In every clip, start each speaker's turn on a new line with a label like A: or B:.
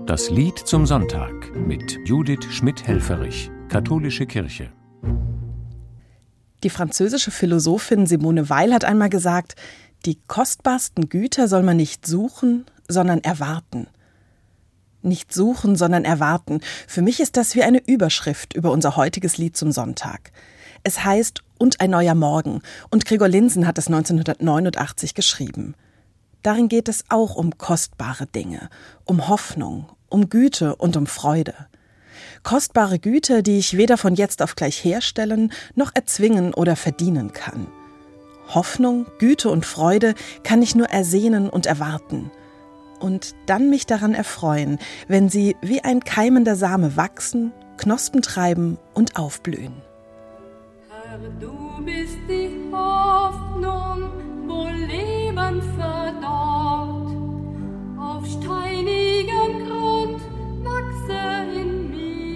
A: Das Lied zum Sonntag mit Judith Schmidt-Helfferich, Katholische Kirche.
B: Die französische Philosophin Simone Weil hat einmal gesagt, die kostbarsten Güter soll man nicht suchen, sondern erwarten. Nicht suchen, sondern erwarten. Für mich ist das wie eine Überschrift über unser heutiges Lied zum Sonntag. Es heißt »Und ein neuer Morgen« und Gregor Linsen hat es 1989 geschrieben. Darin geht es auch um kostbare Dinge, um Hoffnung, um Güte und um Freude. Kostbare Güter, die ich weder von jetzt auf gleich herstellen, noch erzwingen oder verdienen kann. Hoffnung, Güte und Freude kann ich nur ersehnen und erwarten. Und dann mich daran erfreuen, wenn sie wie ein keimender Same wachsen, Knospen treiben und aufblühen.
C: Herr, du bist die Hoffnung, wo Leben verdorrt. Auf steinigen Grund wachse in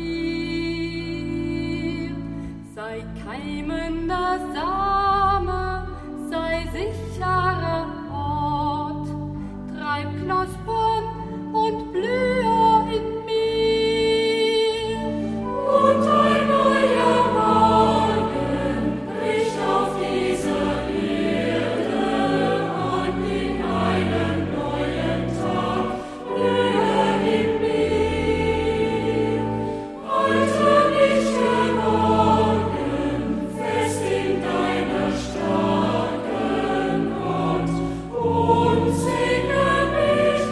C: mir. Sei keimender Same, sei sicherer Ort. Treib Knospen und blühe in mir. Und ein neuer Morgen bricht auf dieser Erde an, in einem neuen Tag blühe in mir. Heute nicht geworden, fest in deiner starken Hand, und singe mich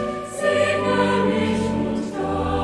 C: und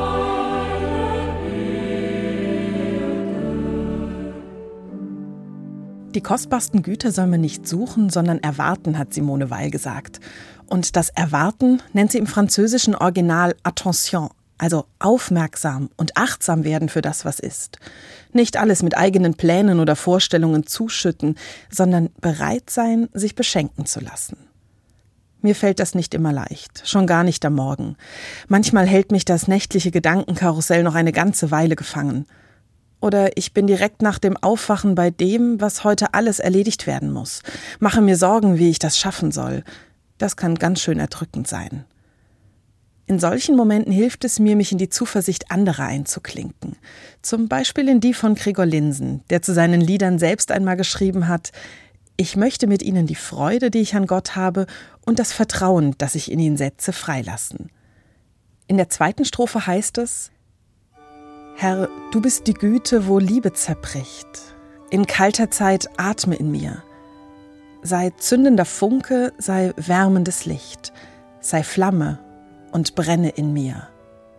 B: Die kostbarsten Güter soll man nicht suchen, sondern erwarten, hat Simone Weil gesagt. Und das Erwarten nennt sie im französischen Original Attention, also aufmerksam und achtsam werden für das, was ist. Nicht alles mit eigenen Plänen oder Vorstellungen zuschütten, sondern bereit sein, sich beschenken zu lassen. Mir fällt das nicht immer leicht, schon gar nicht am Morgen. Manchmal hält mich das nächtliche Gedankenkarussell noch eine ganze Weile gefangen. Oder ich bin direkt nach dem Aufwachen bei dem, was heute alles erledigt werden muss. Mache mir Sorgen, wie ich das schaffen soll. Das kann ganz schön erdrückend sein. In solchen Momenten hilft es mir, mich in die Zuversicht anderer einzuklinken. Zum Beispiel in die von Gregor Linsen, der zu seinen Liedern selbst einmal geschrieben hat: Ich möchte mit ihnen die Freude, die ich an Gott habe, und das Vertrauen, das ich in ihn setze, freilassen. In der zweiten Strophe heißt es: Herr, du bist die Güte, wo Liebe zerbricht. In kalter Zeit atme in mir. Sei zündender Funke, sei wärmendes Licht. Sei Flamme und brenne in mir.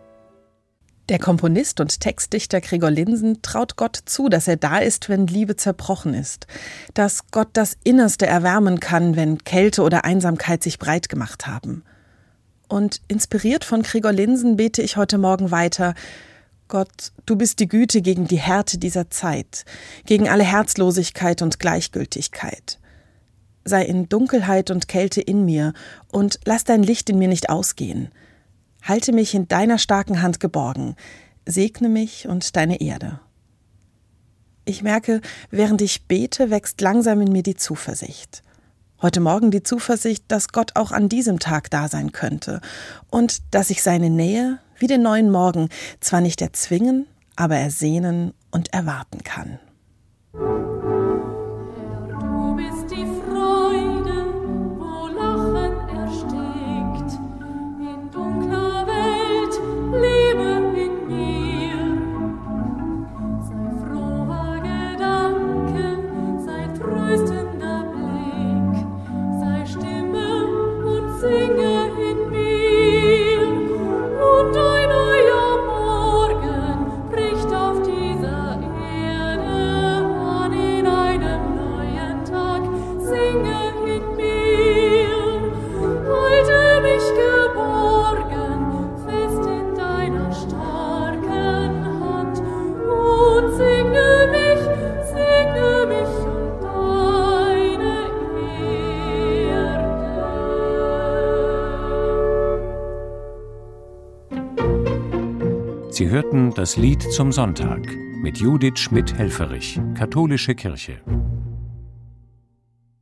B: Der Komponist und Textdichter Gregor Linsen traut Gott zu, dass er da ist, wenn Liebe zerbrochen ist. Dass Gott das Innerste erwärmen kann, wenn Kälte oder Einsamkeit sich breit gemacht haben. Und inspiriert von Gregor Linsen bete ich heute Morgen weiter: Gott, du bist die Güte gegen die Härte dieser Zeit, gegen alle Herzlosigkeit und Gleichgültigkeit. Sei in Dunkelheit und Kälte in mir und lass dein Licht in mir nicht ausgehen. Halte mich in deiner starken Hand geborgen, segne mich und deine Erde. Ich merke, während ich bete, wächst langsam in mir die Zuversicht. Heute Morgen die Zuversicht, dass Gott auch an diesem Tag da sein könnte und dass ich seine Nähe, wie den neuen Morgen, zwar nicht erzwingen, aber ersehnen und erwarten kann.
C: Du bist die Freude, wo Lachen erstickt. In dunkler Welt Liebe in mir. Sei froher Gedanke, sei tröstender Blick. Sei Stimme und singe in mir. Und ein neuer Morgen bricht auf dieser Erde an, in einem neuen Tag singe in mir. Halte mich geborgen, fest in deiner starken Hand, und singe mich und deine Erde.
A: Sie hörten das Lied zum Sonntag mit Judith Schmidt-Helfferich, Katholische Kirche.